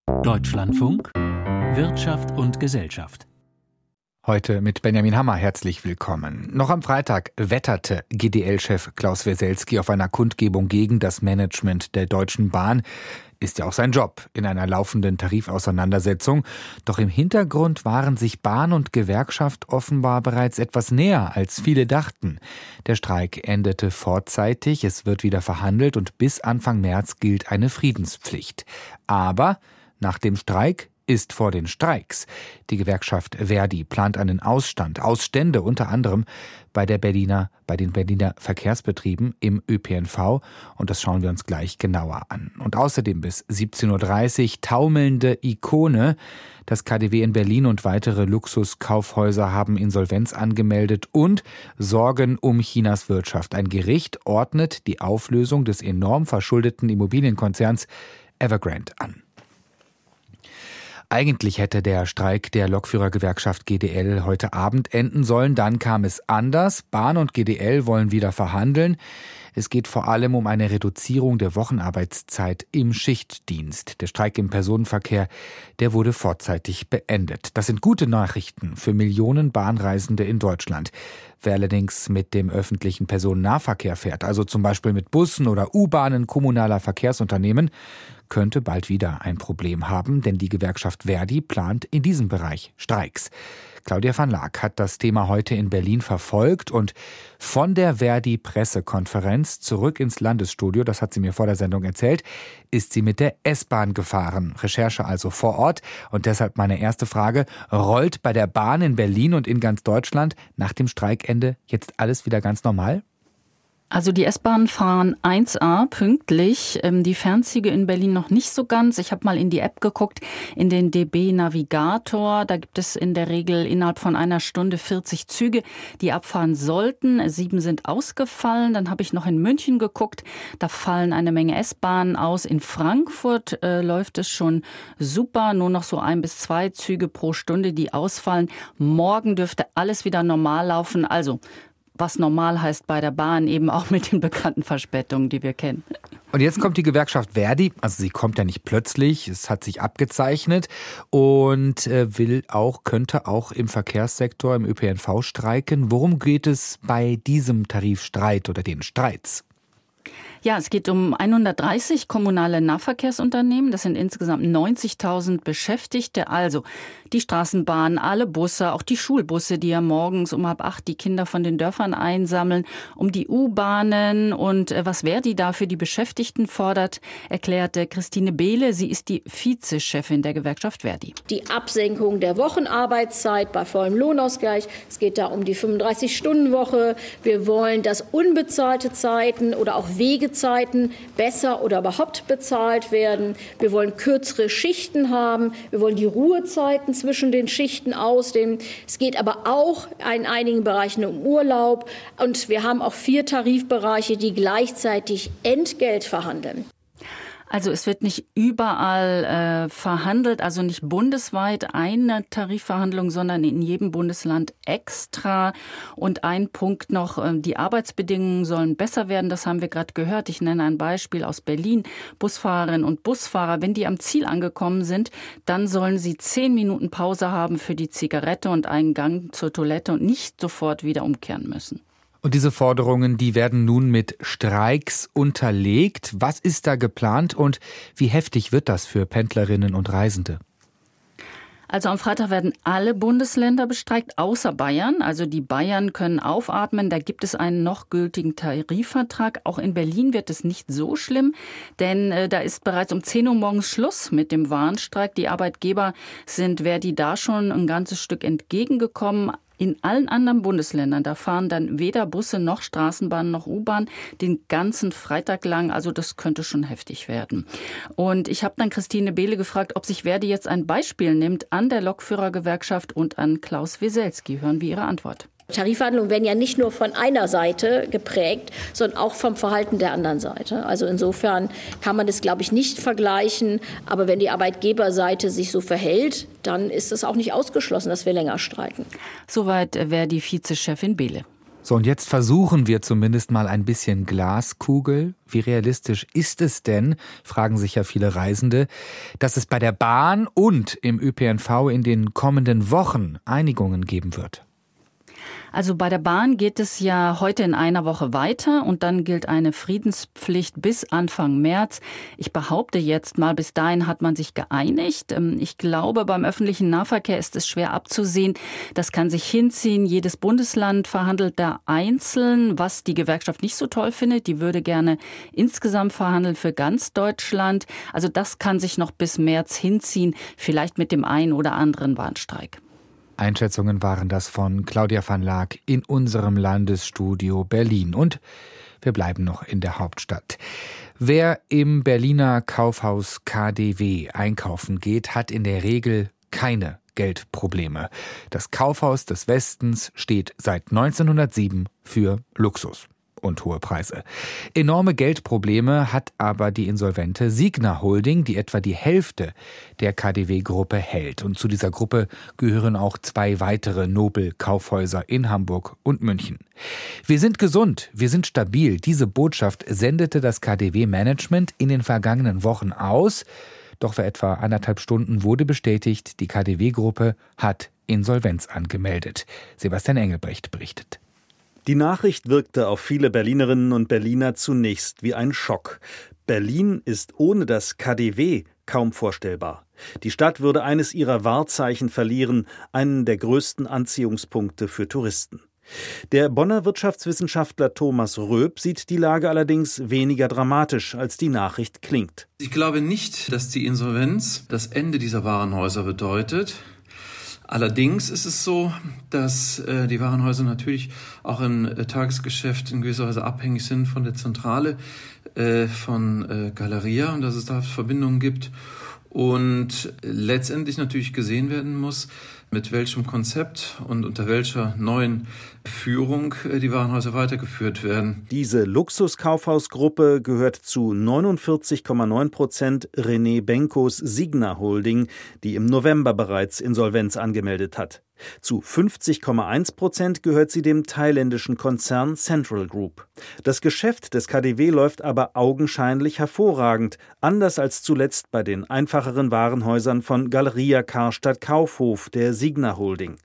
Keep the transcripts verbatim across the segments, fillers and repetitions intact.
Deutschlandfunk Wirtschaft und Gesellschaft. Heute mit Benjamin Hammer herzlich willkommen. Noch am Freitag wetterte G D L-Chef Klaus Wieselski auf einer Kundgebung gegen das Management der Deutschen Bahn. Ist ja auch sein Job in einer laufenden Tarifauseinandersetzung. Doch im Hintergrund waren sich Bahn und Gewerkschaft offenbar bereits etwas näher, als viele dachten. Der Streik endete vorzeitig, es wird wieder verhandelt und bis Anfang März gilt eine Friedenspflicht. Aber nach dem Streik ist vor den Streiks. Die Gewerkschaft Verdi plant einen Ausstand, Ausstände unter anderem bei der Berliner, bei den Berliner Verkehrsbetrieben im Ö P N V. Und das schauen wir uns gleich genauer an. Und außerdem bis siebzehn Uhr dreißig taumelnde Ikone. Das K D W in Berlin und weitere Luxuskaufhäuser haben Insolvenz angemeldet und Sorgen um Chinas Wirtschaft. Ein Gericht ordnet die Auflösung des enorm verschuldeten Immobilienkonzerns Evergrande an. Eigentlich hätte der Streik der Lokführergewerkschaft G D L heute Abend enden sollen. Dann kam es anders. Bahn und G D L wollen wieder verhandeln. Es geht vor allem um eine Reduzierung der Wochenarbeitszeit im Schichtdienst. Der Streik im Personenverkehr, der wurde vorzeitig beendet. Das sind gute Nachrichten für Millionen Bahnreisende in Deutschland. Wer allerdings mit dem öffentlichen Personennahverkehr fährt, also zum Beispiel mit Bussen oder U-Bahnen kommunaler Verkehrsunternehmen, könnte bald wieder ein Problem haben, denn die Gewerkschaft Verdi plant in diesem Bereich Streiks. Claudia van Laak hat das Thema heute in Berlin verfolgt und von der Verdi-Pressekonferenz zurück ins Landesstudio, das hat sie mir vor der Sendung erzählt, ist sie mit der S-Bahn gefahren. Recherche also vor Ort und deshalb meine erste Frage, rollt bei der Bahn in Berlin und in ganz Deutschland nach dem Streikende jetzt alles wieder ganz normal? Also die S-Bahnen fahren eins a pünktlich, die Fernzüge in Berlin noch nicht so ganz. Ich habe mal in die App geguckt, in den D B Navigator. Da gibt es in der Regel innerhalb von einer Stunde vierzig Züge, die abfahren sollten. Sieben sind ausgefallen. Dann habe ich noch in München geguckt. Da fallen eine Menge S-Bahnen aus. In Frankfurt äh, läuft es schon super. Nur noch so ein bis zwei Züge pro Stunde, die ausfallen. Morgen dürfte alles wieder normal laufen. Also was normal heißt bei der Bahn, eben auch mit den bekannten Verspätungen, die wir kennen. Und jetzt kommt die Gewerkschaft Verdi, also sie kommt ja nicht plötzlich, es hat sich abgezeichnet und will auch, könnte auch im Verkehrssektor, im Ö P N V streiken. Worum geht es bei diesem Tarifstreit oder den Streits? Ja, es geht um hundertdreißig kommunale Nahverkehrsunternehmen. Das sind insgesamt neunzigtausend Beschäftigte. Also die Straßenbahnen, alle Busse, auch die Schulbusse, die ja morgens um halb acht die Kinder von den Dörfern einsammeln, um die U-Bahnen und was Verdi da für die Beschäftigten fordert, erklärte Christine Behle. Sie ist die Vizechefin der Gewerkschaft Verdi. Die Absenkung der Wochenarbeitszeit bei vollem Lohnausgleich. Es geht da um die fünfunddreißig-Stunden-Woche. Wir wollen, dass unbezahlte Zeiten oder auch Wegezeiten besser oder überhaupt bezahlt werden. Wir wollen kürzere Schichten haben. Wir wollen die Ruhezeiten zwischen den Schichten ausdehnen. Es geht aber auch in einigen Bereichen um Urlaub. Und wir haben auch vier Tarifbereiche, die gleichzeitig Entgelt verhandeln. Also es wird nicht überall äh, verhandelt, also nicht bundesweit eine Tarifverhandlung, sondern in jedem Bundesland extra. Und ein Punkt noch, äh, die Arbeitsbedingungen sollen besser werden, das haben wir gerade gehört. Ich nenne ein Beispiel aus Berlin. Busfahrerinnen und Busfahrer, wenn die am Ziel angekommen sind, dann sollen sie zehn Minuten Pause haben für die Zigarette und einen Gang zur Toilette und nicht sofort wieder umkehren müssen. Und diese Forderungen, die werden nun mit Streiks unterlegt. Was ist da geplant und wie heftig wird das für Pendlerinnen und Reisende? Also am Freitag werden alle Bundesländer bestreikt, außer Bayern. Also die Bayern können aufatmen. Da gibt es einen noch gültigen Tarifvertrag. Auch in Berlin wird es nicht so schlimm, denn äh, da ist bereits um zehn Uhr morgens Schluss mit dem Warnstreik. Die Arbeitgeber sind Verdi da schon ein ganzes Stück entgegengekommen. In allen anderen Bundesländern, da fahren dann weder Busse noch Straßenbahnen noch U-Bahn den ganzen Freitag lang. Also das könnte schon heftig werden. Und ich habe dann Christine Behle gefragt, ob sich Verdi jetzt ein Beispiel nimmt an der Lokführergewerkschaft und an Klaus Wieselski. Hören wir ihre Antwort. Tarifverhandlungen werden ja nicht nur von einer Seite geprägt, sondern auch vom Verhalten der anderen Seite. Also insofern kann man das, glaube ich, nicht vergleichen. Aber wenn die Arbeitgeberseite sich so verhält, dann ist es auch nicht ausgeschlossen, dass wir länger streiken. Soweit wäre die Vizechefin Behle. So, und jetzt versuchen wir zumindest mal ein bisschen Glaskugel. Wie realistisch ist es denn, fragen sich ja viele Reisende, dass es bei der Bahn und im Ö P N V in den kommenden Wochen Einigungen geben wird? Also bei der Bahn geht es ja heute in einer Woche weiter und dann gilt eine Friedenspflicht bis Anfang März. Ich behaupte jetzt mal, bis dahin hat man sich geeinigt. Ich glaube, beim öffentlichen Nahverkehr ist es schwer abzusehen. Das kann sich hinziehen. Jedes Bundesland verhandelt da einzeln, was die Gewerkschaft nicht so toll findet. Die würde gerne insgesamt verhandeln für ganz Deutschland. Also das kann sich noch bis März hinziehen, vielleicht mit dem einen oder anderen Warnstreik. Einschätzungen waren das von Claudia van Laak in unserem Landesstudio Berlin. Und wir bleiben noch in der Hauptstadt. Wer im Berliner Kaufhaus K D W einkaufen geht, hat in der Regel keine Geldprobleme. Das Kaufhaus des Westens steht seit neunzehnhundertsieben für Luxus und hohe Preise. Enorme Geldprobleme hat aber die insolvente Signa Holding, die etwa die Hälfte der K D W-Gruppe hält. Und zu dieser Gruppe gehören auch zwei weitere Nobel-Kaufhäuser in Hamburg und München. Wir sind gesund, wir sind stabil. Diese Botschaft sendete das K D W-Management in den vergangenen Wochen aus. Doch vor etwa anderthalb Stunden wurde bestätigt, die K D W-Gruppe hat Insolvenz angemeldet. Sebastian Engelbrecht berichtet. Die Nachricht wirkte auf viele Berlinerinnen und Berliner zunächst wie ein Schock. Berlin ist ohne das K D W kaum vorstellbar. Die Stadt würde eines ihrer Wahrzeichen verlieren, einen der größten Anziehungspunkte für Touristen. Der Bonner Wirtschaftswissenschaftler Thomas Röb sieht die Lage allerdings weniger dramatisch, als die Nachricht klingt. Ich glaube nicht, dass die Insolvenz das Ende dieser Warenhäuser bedeutet. Allerdings ist es so, dass äh, die Warenhäuser natürlich auch im äh, Tagesgeschäft in gewisser Weise abhängig sind von der Zentrale äh, von äh, Galeria und dass es da Verbindungen gibt und letztendlich natürlich gesehen werden muss, mit welchem Konzept und unter welcher neuen Führung die Warenhäuser weitergeführt werden. Diese Luxuskaufhausgruppe gehört zu neunundvierzig Komma neun Prozent René Benkos Signa Holding, die im November bereits Insolvenz angemeldet hat. Zu fünfzig Komma eins Prozent gehört sie dem thailändischen Konzern Central Group. Das Geschäft des K D W läuft aber augenscheinlich hervorragend, anders als zuletzt bei den einfacheren Warenhäusern von Galeria Karstadt Kaufhof, der Signa Holding.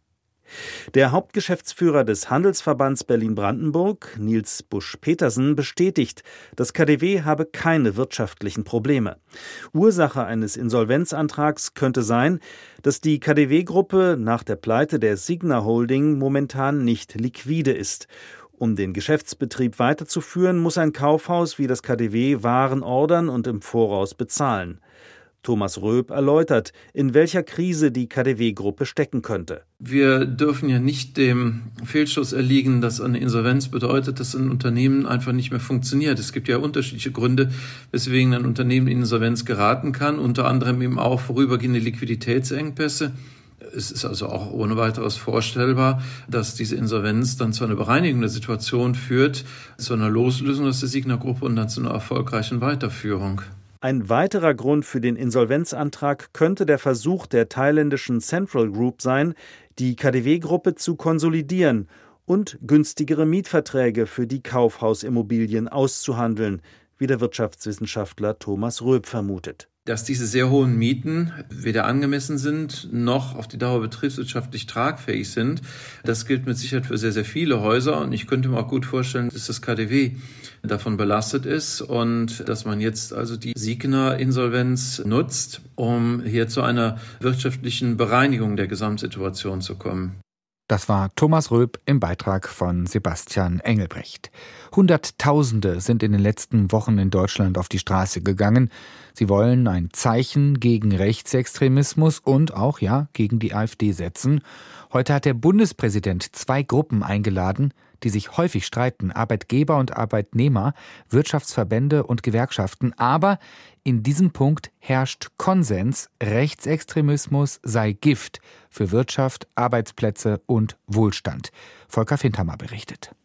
Der Hauptgeschäftsführer des Handelsverbands Berlin-Brandenburg, Nils Busch-Petersen, bestätigt, das K D W habe keine wirtschaftlichen Probleme. Ursache eines Insolvenzantrags könnte sein, dass die K D W-Gruppe nach der Pleite der Signa Holding momentan nicht liquide ist. Um den Geschäftsbetrieb weiterzuführen, muss ein Kaufhaus wie das K D W Waren ordern und im Voraus bezahlen. Thomas Röb erläutert, in welcher Krise die K D W-Gruppe stecken könnte. Wir dürfen ja nicht dem Fehlschluss erliegen, dass eine Insolvenz bedeutet, dass ein Unternehmen einfach nicht mehr funktioniert. Es gibt ja unterschiedliche Gründe, weswegen ein Unternehmen in Insolvenz geraten kann, unter anderem eben auch vorübergehende Liquiditätsengpässe. Es ist also auch ohne weiteres vorstellbar, dass diese Insolvenz dann zu einer Bereinigung der Situation führt, zu einer Loslösung aus der Signa-Gruppe und dann zu einer erfolgreichen Weiterführung. Ein weiterer Grund für den Insolvenzantrag könnte der Versuch der thailändischen Central Group sein, die K D W-Gruppe zu konsolidieren und günstigere Mietverträge für die Kaufhausimmobilien auszuhandeln, wie der Wirtschaftswissenschaftler Thomas Röb vermutet. Dass diese sehr hohen Mieten weder angemessen sind, noch auf die Dauer betriebswirtschaftlich tragfähig sind, das gilt mit Sicherheit für sehr, sehr viele Häuser. Und ich könnte mir auch gut vorstellen, dass das K D W davon belastet ist und dass man jetzt also die Signa-Insolvenz nutzt, um hier zu einer wirtschaftlichen Bereinigung der Gesamtsituation zu kommen. Das war Thomas Röb im Beitrag von Sebastian Engelbrecht. Hunderttausende sind in den letzten Wochen in Deutschland auf die Straße gegangen. Sie wollen ein Zeichen gegen Rechtsextremismus und auch, ja, gegen die AfD setzen. Heute hat der Bundespräsident zwei Gruppen eingeladen, die sich häufig streiten, Arbeitgeber und Arbeitnehmer, Wirtschaftsverbände und Gewerkschaften. Aber in diesem Punkt herrscht Konsens, Rechtsextremismus sei Gift für Wirtschaft, Arbeitsplätze und Wohlstand. Volker Findhammer berichtet.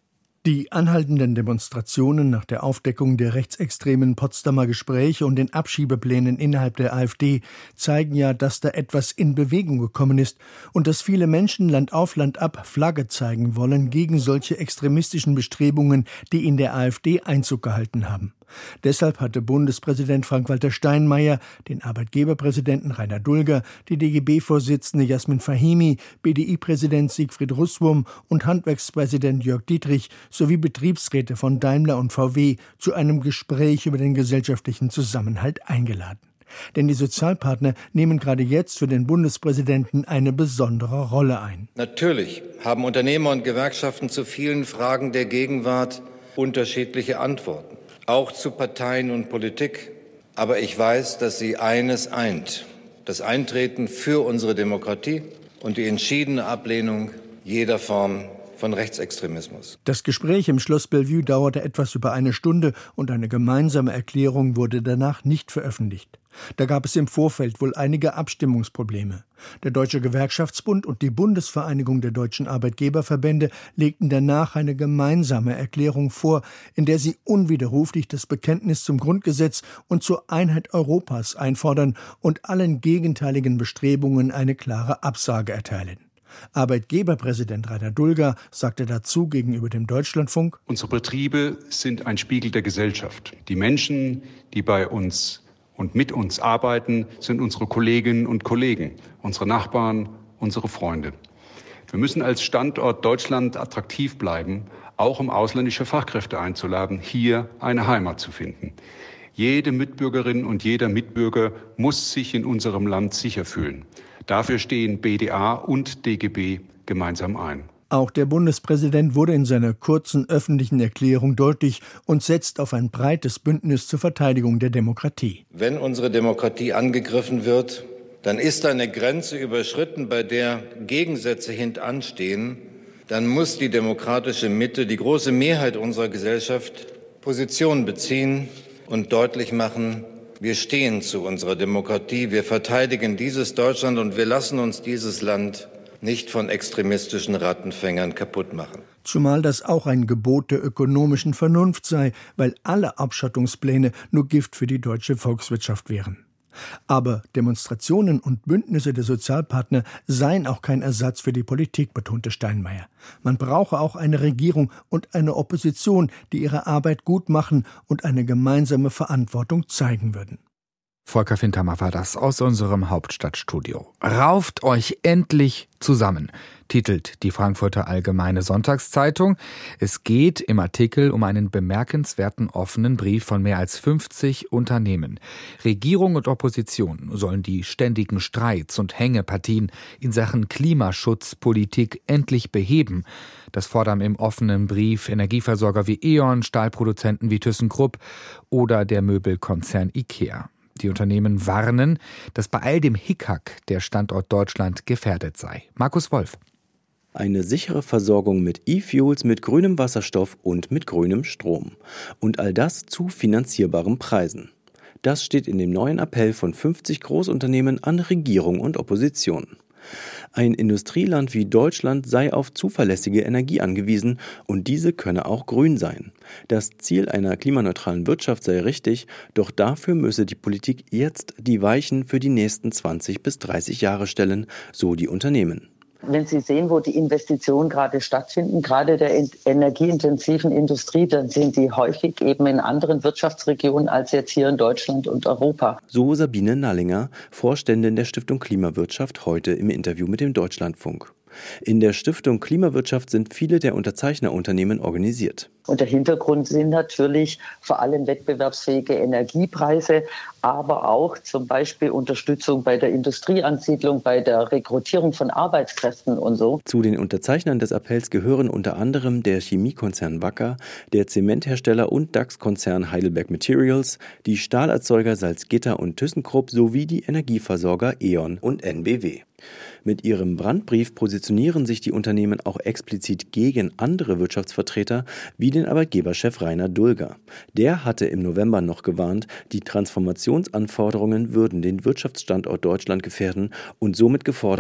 Die anhaltenden Demonstrationen nach der Aufdeckung der rechtsextremen Potsdamer Gespräche und den Abschiebeplänen innerhalb der AfD zeigen ja, dass da etwas in Bewegung gekommen ist und dass viele Menschen Land auf Land ab Flagge zeigen wollen gegen solche extremistischen Bestrebungen, die in der AfD Einzug gehalten haben. Deshalb hatte Bundespräsident Frank-Walter Steinmeier den Arbeitgeberpräsidenten Rainer Dulger, die D G B-Vorsitzende Jasmin Fahimi, B D I-Präsident Siegfried Russwurm und Handwerkspräsident Jörg Dietrich sowie Betriebsräte von Daimler und V W zu einem Gespräch über den gesellschaftlichen Zusammenhalt eingeladen. Denn die Sozialpartner nehmen gerade jetzt für den Bundespräsidenten eine besondere Rolle ein. Natürlich haben Unternehmer und Gewerkschaften zu vielen Fragen der Gegenwart unterschiedliche Antworten. Auch zu Parteien und Politik. Aber ich weiß, dass sie eines eint: das Eintreten für unsere Demokratie und die entschiedene Ablehnung jeder Form von Rechtsextremismus. Das Gespräch im Schloss Bellevue dauerte etwas über eine Stunde und eine gemeinsame Erklärung wurde danach nicht veröffentlicht. Da gab es im Vorfeld wohl einige Abstimmungsprobleme. Der Deutsche Gewerkschaftsbund und die Bundesvereinigung der deutschen Arbeitgeberverbände legten danach eine gemeinsame Erklärung vor, in der sie unwiderruflich das Bekenntnis zum Grundgesetz und zur Einheit Europas einfordern und allen gegenteiligen Bestrebungen eine klare Absage erteilen. Arbeitgeberpräsident Rainer Dulger sagte dazu gegenüber dem Deutschlandfunk: Unsere Betriebe sind ein Spiegel der Gesellschaft. Die Menschen, die bei uns und mit uns arbeiten, sind unsere Kolleginnen und Kollegen, unsere Nachbarn, unsere Freunde. Wir müssen als Standort Deutschland attraktiv bleiben, auch um ausländische Fachkräfte einzuladen, hier eine Heimat zu finden. Jede Mitbürgerin und jeder Mitbürger muss sich in unserem Land sicher fühlen. Dafür stehen B D A und D G B gemeinsam ein. Auch der Bundespräsident wurde in seiner kurzen öffentlichen Erklärung deutlich und setzt auf ein breites Bündnis zur Verteidigung der Demokratie. Wenn unsere Demokratie angegriffen wird, dann ist eine Grenze überschritten, bei der Gegensätze hintanstehen. Dann muss die demokratische Mitte, die große Mehrheit unserer Gesellschaft, Position beziehen und deutlich machen: Wir stehen zu unserer Demokratie, wir verteidigen dieses Deutschland und wir lassen uns dieses Land nicht von extremistischen Rattenfängern kaputt machen. Zumal das auch ein Gebot der ökonomischen Vernunft sei, weil alle Abschottungspläne nur Gift für die deutsche Volkswirtschaft wären. Aber Demonstrationen und Bündnisse der Sozialpartner seien auch kein Ersatz für die Politik, betonte Steinmeier. Man brauche auch eine Regierung und eine Opposition, die ihre Arbeit gut machen und eine gemeinsame Verantwortung zeigen würden. Volker Fintermer war das aus unserem Hauptstadtstudio. Rauft euch endlich zusammen, titelt die Frankfurter Allgemeine Sonntagszeitung. Es geht im Artikel um einen bemerkenswerten offenen Brief von mehr als fünfzig Unternehmen. Regierung und Opposition sollen die ständigen Streits und Hängepartien in Sachen Klimaschutzpolitik endlich beheben. Das fordern im offenen Brief Energieversorger wie E.ON, Stahlproduzenten wie ThyssenKrupp oder der Möbelkonzern IKEA. Die Unternehmen warnen, dass bei all dem Hickhack der Standort Deutschland gefährdet sei. Markus Wolf. Eine sichere Versorgung mit E-Fuels, mit grünem Wasserstoff und mit grünem Strom. Und all das zu finanzierbaren Preisen. Das steht in dem neuen Appell von fünfzig Großunternehmen an Regierung und Opposition. Ein Industrieland wie Deutschland sei auf zuverlässige Energie angewiesen und diese könne auch grün sein. Das Ziel einer klimaneutralen Wirtschaft sei richtig, doch dafür müsse die Politik jetzt die Weichen für die nächsten zwanzig bis dreißig Jahre stellen, so die Unternehmen. Wenn Sie sehen, wo die Investitionen gerade stattfinden, gerade der energieintensiven Industrie, dann sind die häufig eben in anderen Wirtschaftsregionen als jetzt hier in Deutschland und Europa. So Sabine Nallinger, Vorständin der Stiftung Klimawirtschaft, heute im Interview mit dem Deutschlandfunk. In der Stiftung Klimawirtschaft sind viele der Unterzeichnerunternehmen organisiert. Und der Hintergrund sind natürlich vor allem wettbewerbsfähige Energiepreise, aber auch zum Beispiel Unterstützung bei der Industrieansiedlung, bei der Rekrutierung von Arbeitskräften und so. Zu den Unterzeichnern des Appells gehören unter anderem der Chemiekonzern Wacker, der Zementhersteller und DAX-Konzern Heidelberg Materials, die Stahlerzeuger Salzgitter und ThyssenKrupp sowie die Energieversorger E.ON und N B W. Mit ihrem Brandbrief positionieren sich die Unternehmen auch explizit gegen andere Wirtschaftsvertreter wie den Arbeitgeberchef Rainer Dulger. Der hatte im November noch gewarnt, die Transformationsanforderungen würden den Wirtschaftsstandort Deutschland gefährden und somit gefordert,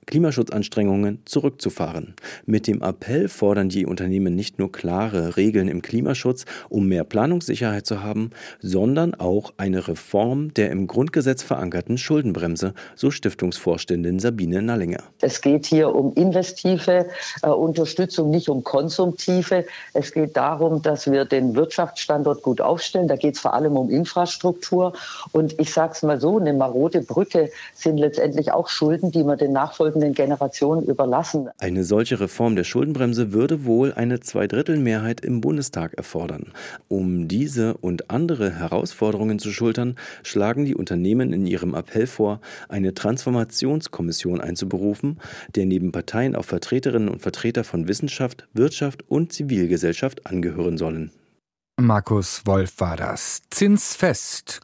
Klimaschutzanstrengungen zurückzufahren. Mit dem Appell fordern die Unternehmen nicht nur klare Regeln im Klimaschutz, um mehr Planungssicherheit zu haben, sondern auch eine Reform der im Grundgesetz verankerten Schuldenbremse, so Stiftungsvorständin Sabine Nallinger. Es geht hier um investive äh, Unterstützung, nicht um konsumtive. Es geht darum, dass wir den Wirtschaftsstandort gut aufstellen. Da geht es vor allem um Infrastruktur. Und ich sage es mal so, eine marode Brücke sind letztendlich auch Schulden, die man den nachfolgenden Generationen überlassen. Eine solche Reform der Schuldenbremse würde wohl eine Zweidrittelmehrheit im Bundestag erfordern. Um diese und andere Herausforderungen zu schultern, schlagen die Unternehmen in ihrem Appell vor, eine Transformationskommission einzuberufen, der neben Parteien auch Vertreterinnen und Vertreter von Wissenschaft, Wirtschaft und Zivilgesellschaft angehören sollen. Markus Wolf war das. Zinsfest,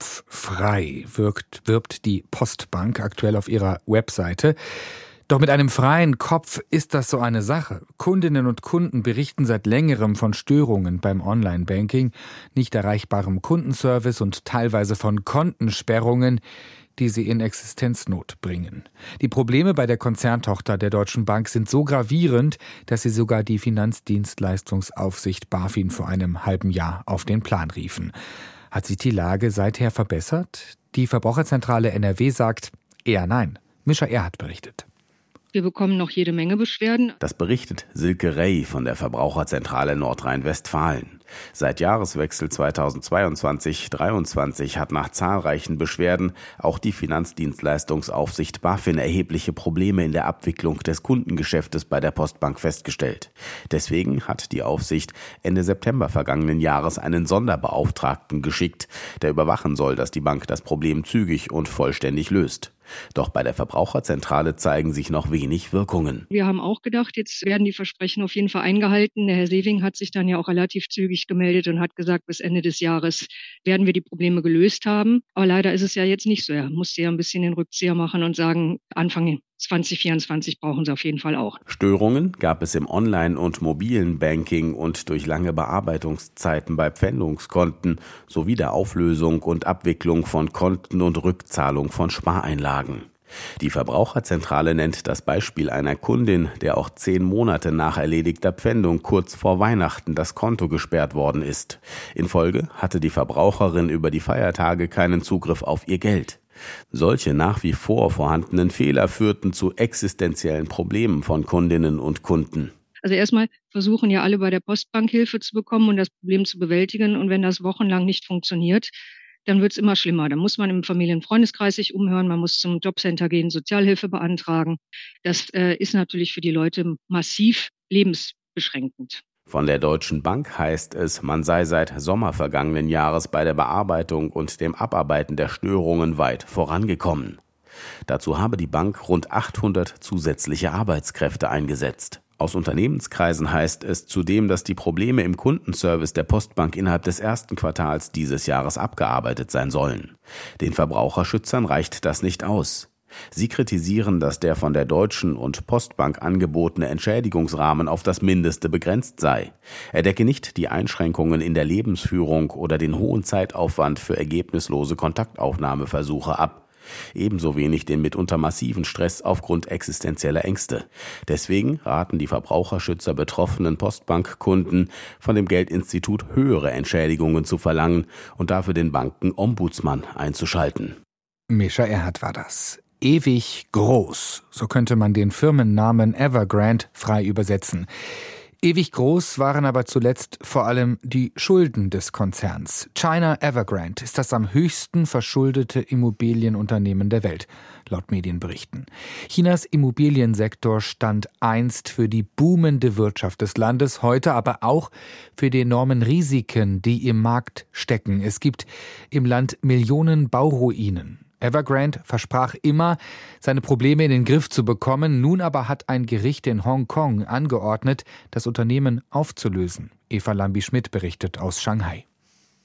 kopffrei wirkt, wirbt die Postbank aktuell auf ihrer Webseite. Doch mit einem freien Kopf ist das so eine Sache. Kundinnen und Kunden berichten seit längerem von Störungen beim Online-Banking, nicht erreichbarem Kundenservice und teilweise von Kontensperrungen, die sie in Existenznot bringen. Die Probleme bei der Konzerntochter der Deutschen Bank sind so gravierend, dass sie sogar die Finanzdienstleistungsaufsicht BaFin vor einem halben Jahr auf den Plan riefen. Hat sich die Lage seither verbessert? Die Verbraucherzentrale N R W sagt eher nein. Mischa Erhardt berichtet. Wir bekommen noch jede Menge Beschwerden. Das berichtet Silke Rey von der Verbraucherzentrale Nordrhein-Westfalen. Seit Jahreswechsel zweitausendzweiundzwanzig dreiundzwanzig hat nach zahlreichen Beschwerden auch die Finanzdienstleistungsaufsicht BaFin erhebliche Probleme in der Abwicklung des Kundengeschäftes bei der Postbank festgestellt. Deswegen hat die Aufsicht Ende September vergangenen Jahres einen Sonderbeauftragten geschickt, der überwachen soll, dass die Bank das Problem zügig und vollständig löst. Doch bei der Verbraucherzentrale zeigen sich noch wenig Wirkungen. Wir haben auch gedacht, jetzt werden die Versprechen auf jeden Fall eingehalten. Der Herr Sewing hat sich dann ja auch relativ zügig gemeldet und hat gesagt, bis Ende des Jahres werden wir die Probleme gelöst haben. Aber leider ist es ja jetzt nicht so. Er musste ja ein bisschen den Rückzieher machen und sagen, Anfang zwanzig vierundzwanzig brauchen sie auf jeden Fall auch. Störungen gab es im Online- und mobilen Banking und durch lange Bearbeitungszeiten bei Pfändungskonten sowie der Auflösung und Abwicklung von Konten und Rückzahlung von Spareinlagen. Die Verbraucherzentrale nennt das Beispiel einer Kundin, der auch zehn Monate nach erledigter Pfändung kurz vor Weihnachten das Konto gesperrt worden ist. In Folge hatte die Verbraucherin über die Feiertage keinen Zugriff auf ihr Geld. Solche nach wie vor vorhandenen Fehler führten zu existenziellen Problemen von Kundinnen und Kunden. Also erstmal versuchen ja alle bei der Postbank Hilfe zu bekommen und das Problem zu bewältigen. Und wenn das wochenlang nicht funktioniert, dann wird es immer schlimmer. Dann muss man im Familien- und Freundeskreis sich umhören, man muss zum Jobcenter gehen, Sozialhilfe beantragen. Das äh, ist natürlich für die Leute massiv lebensbeschränkend. Von der Deutschen Bank heißt es, man sei seit Sommer vergangenen Jahres bei der Bearbeitung und dem Abarbeiten der Störungen weit vorangekommen. Dazu habe die Bank rund achthundert zusätzliche Arbeitskräfte eingesetzt. Aus Unternehmenskreisen heißt es zudem, dass die Probleme im Kundenservice der Postbank innerhalb des ersten Quartals dieses Jahres abgearbeitet sein sollen. Den Verbraucherschützern reicht das nicht aus. Sie kritisieren, dass der von der Deutschen und Postbank angebotene Entschädigungsrahmen auf das Mindeste begrenzt sei. Er decke nicht die Einschränkungen in der Lebensführung oder den hohen Zeitaufwand für ergebnislose Kontaktaufnahmeversuche ab. Ebenso wenig den mitunter massiven Stress aufgrund existenzieller Ängste. Deswegen raten die Verbraucherschützer betroffenen Postbankkunden, von dem Geldinstitut höhere Entschädigungen zu verlangen und dafür den Banken Ombudsmann einzuschalten. Mischa Erhardt war das. Ewig groß, so könnte man den Firmennamen Evergrande frei übersetzen. Ewig groß waren aber zuletzt vor allem die Schulden des Konzerns. China Evergrande ist das am höchsten verschuldete Immobilienunternehmen der Welt, laut Medienberichten. Chinas Immobiliensektor stand einst für die boomende Wirtschaft des Landes, heute aber auch für die enormen Risiken, die im Markt stecken. Es gibt im Land Millionen Bauruinen. Evergrande versprach immer, seine Probleme in den Griff zu bekommen. Nun aber hat ein Gericht in Hongkong angeordnet, das Unternehmen aufzulösen. Eva Lambi-Schmidt berichtet aus Shanghai.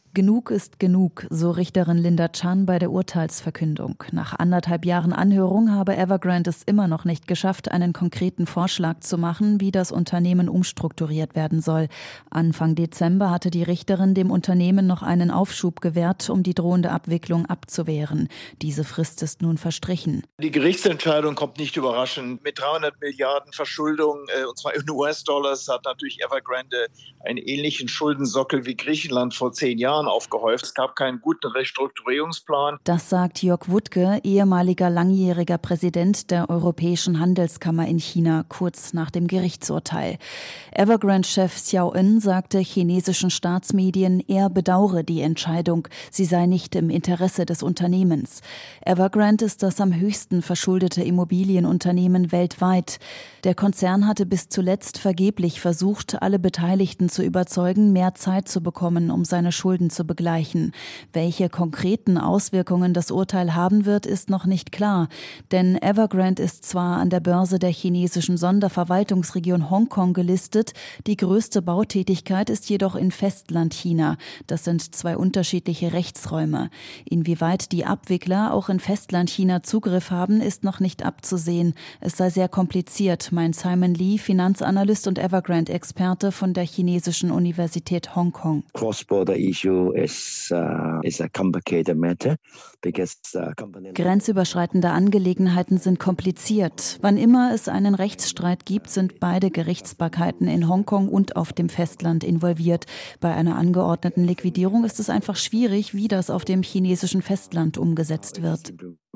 Genug ist genug, so Richterin Linda Chan bei der Urteilsverkündung. Nach anderthalb Jahren Anhörung habe Evergrande es immer noch nicht geschafft, einen konkreten Vorschlag zu machen, wie das Unternehmen umstrukturiert werden soll. Anfang Dezember hatte die Richterin dem Unternehmen noch einen Aufschub gewährt, um die drohende Abwicklung abzuwehren. Diese Frist ist nun verstrichen. Die Gerichtsentscheidung kommt nicht überraschend. Mit dreihundert Milliarden Verschuldung, und zwar in U S-Dollars, hat natürlich Evergrande einen ähnlichen Schuldensockel wie Griechenland vor zehn Jahren aufgehäuft. Es gab keinen guten Restrukturierungsplan. Das sagt Jörg Wuttke, ehemaliger langjähriger Präsident der Europäischen Handelskammer in China, kurz nach dem Gerichtsurteil. Evergrande-Chef Xiao En sagte chinesischen Staatsmedien, er bedauere die Entscheidung, sie sei nicht im Interesse des Unternehmens. Evergrande ist das am höchsten verschuldete Immobilienunternehmen weltweit. Der Konzern hatte bis zuletzt vergeblich versucht, alle Beteiligten zu überzeugen, mehr Zeit zu bekommen, um seine Schulden zu begleichen. Welche konkreten Auswirkungen das Urteil haben wird, ist noch nicht klar. Denn Evergrande ist zwar an der Börse der chinesischen Sonderverwaltungsregion Hongkong gelistet, die größte Bautätigkeit ist jedoch in Festlandchina. Das sind zwei unterschiedliche Rechtsräume. Inwieweit die Abwickler auch in Festlandchina Zugriff haben, ist noch nicht abzusehen. Es sei sehr kompliziert, meint Simon Lee, Finanzanalyst und Evergrande-Experte von der chinesischen Universität Hongkong. Cross-border issue is, uh, is a complicated matter. Grenzüberschreitende Angelegenheiten sind kompliziert. Wann immer es einen Rechtsstreit gibt, sind beide Gerichtsbarkeiten in Hongkong und auf dem Festland involviert. Bei einer angeordneten Liquidierung ist es einfach schwierig, wie das auf dem chinesischen Festland umgesetzt wird.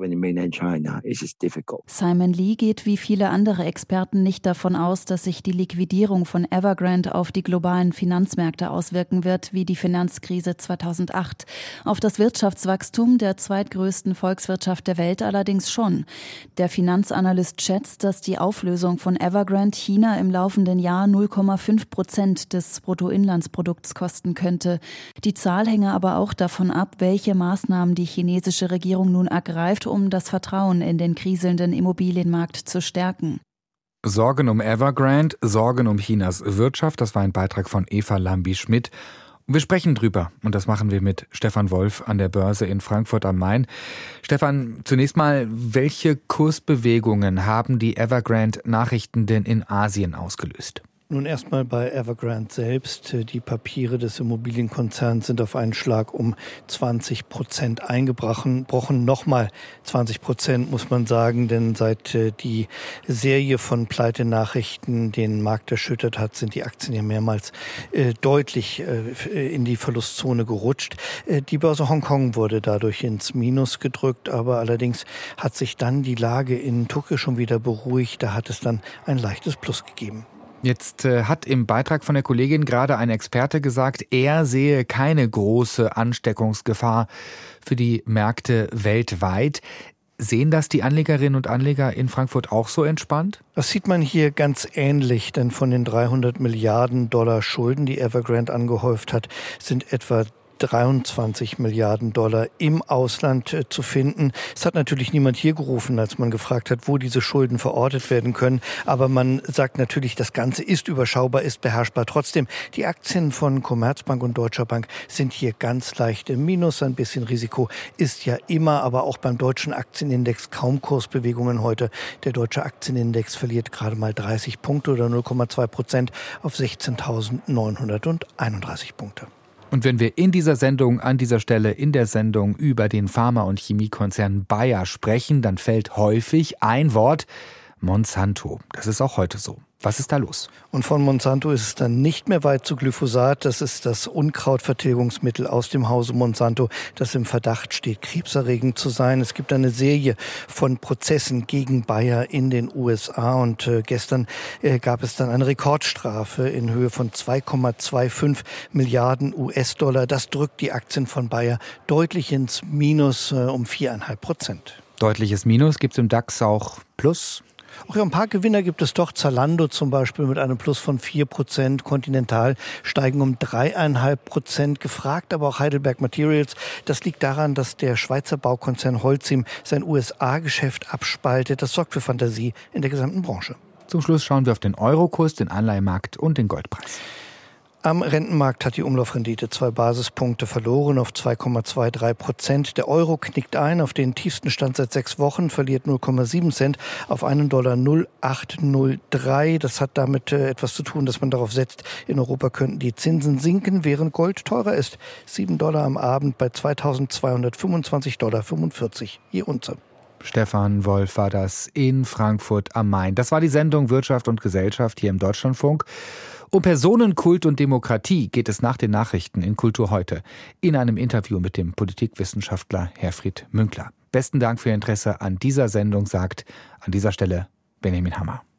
Simon Lee geht wie viele andere Experten nicht davon aus, dass sich die Liquidierung von Evergrande auf die globalen Finanzmärkte auswirken wird, wie die Finanzkrise zweitausendacht. Auf das Wirtschaftswachstum der zweitgrößten Volkswirtschaft der Welt allerdings schon. Der Finanzanalyst schätzt, dass die Auflösung von Evergrande China im laufenden Jahr null Komma fünf Prozent des Bruttoinlandsprodukts kosten könnte. Die Zahl hänge aber auch davon ab, welche Maßnahmen die chinesische Regierung nun ergreift, um das Vertrauen in den kriselnden Immobilienmarkt zu stärken. Sorgen um Evergrande, Sorgen um Chinas Wirtschaft, das war ein Beitrag von Eva Lambi-Schmidt. Wir sprechen drüber und das machen wir mit Stefan Wolf an der Börse in Frankfurt am Main. Stefan, zunächst mal, welche Kursbewegungen haben die Evergrande-Nachrichten denn in Asien ausgelöst? Nun erstmal bei Evergrande selbst. Die Papiere des Immobilienkonzerns sind auf einen Schlag um zwanzig Prozent eingebrochen. Nochmal zwanzig Prozent muss man sagen, denn seit die Serie von Pleitenachrichten den Markt erschüttert hat, sind die Aktien ja mehrmals äh, deutlich äh, in die Verlustzone gerutscht. Äh, die Börse Hongkong wurde dadurch ins Minus gedrückt, aber allerdings hat sich dann die Lage in Tokio schon wieder beruhigt. Da hat es dann ein leichtes Plus gegeben. Jetzt äh, hat im Beitrag von der Kollegin gerade ein Experte gesagt, er sehe keine große Ansteckungsgefahr für die Märkte weltweit. Sehen das die Anlegerinnen und Anleger in Frankfurt auch so entspannt? Das sieht man hier ganz ähnlich, denn von den dreihundert Milliarden Dollar Schulden, die Evergrande angehäuft hat, sind etwa dreiundzwanzig Milliarden Dollar im Ausland äh, zu finden. Es hat natürlich niemand hier gerufen, als man gefragt hat, wo diese Schulden verortet werden können. Aber man sagt natürlich, das Ganze ist überschaubar, ist beherrschbar. Trotzdem, die Aktien von Commerzbank und Deutscher Bank sind hier ganz leicht im Minus. Ein bisschen Risiko ist ja immer, aber auch beim deutschen Aktienindex kaum Kursbewegungen heute. Der deutsche Aktienindex verliert gerade mal dreißig Punkte oder null Komma zwei Prozent auf sechzehntausendneunhunderteinunddreißig Punkte. Und wenn wir in dieser Sendung, an dieser Stelle in der Sendung über den Pharma- und Chemiekonzern Bayer sprechen, dann fällt häufig ein Wort: Monsanto. Das ist auch heute so. Was ist da los? Und von Monsanto ist es dann nicht mehr weit zu Glyphosat. Das ist das Unkrautvertilgungsmittel aus dem Hause Monsanto, das im Verdacht steht, krebserregend zu sein. Es gibt eine Serie von Prozessen gegen Bayer in den U S A. Und äh, gestern äh, gab es dann eine Rekordstrafe in Höhe von zwei Komma fünfundzwanzig Milliarden U S-Dollar. Das drückt die Aktien von Bayer deutlich ins Minus äh, um vier Komma fünf Prozent. Deutliches Minus. Gibt es im DAX auch Plus? Auch ein paar Gewinner gibt es doch. Zalando zum Beispiel mit einem Plus von vier Prozent. Continental steigen um drei Komma fünf Prozent. Gefragt aber auch Heidelberg Materials. Das liegt daran, dass der Schweizer Baukonzern Holcim sein U S A-Geschäft abspaltet. Das sorgt für Fantasie in der gesamten Branche. Zum Schluss schauen wir auf den Eurokurs, den Anleihemarkt und den Goldpreis. Am Rentenmarkt hat die Umlaufrendite zwei Basispunkte verloren auf zwei Komma dreiundzwanzig Prozent. Der Euro knickt ein auf den tiefsten Stand seit sechs Wochen, verliert null Komma sieben Cent auf einen Dollar null Komma acht null drei. Das hat damit äh, etwas zu tun, dass man darauf setzt, in Europa könnten die Zinsen sinken, während Gold teurer ist. sieben Dollar am Abend bei zweitausendzweihundertfünfundzwanzig Komma fünfundvierzig Dollar je Unze. Stefan Wolf war das in Frankfurt am Main. Das war die Sendung Wirtschaft und Gesellschaft hier im Deutschlandfunk. Um Personenkult und Demokratie geht es nach den Nachrichten in Kultur heute in einem Interview mit dem Politikwissenschaftler Herfried Münkler. Besten Dank für Ihr Interesse an dieser Sendung, sagt an dieser Stelle Benjamin Hammer.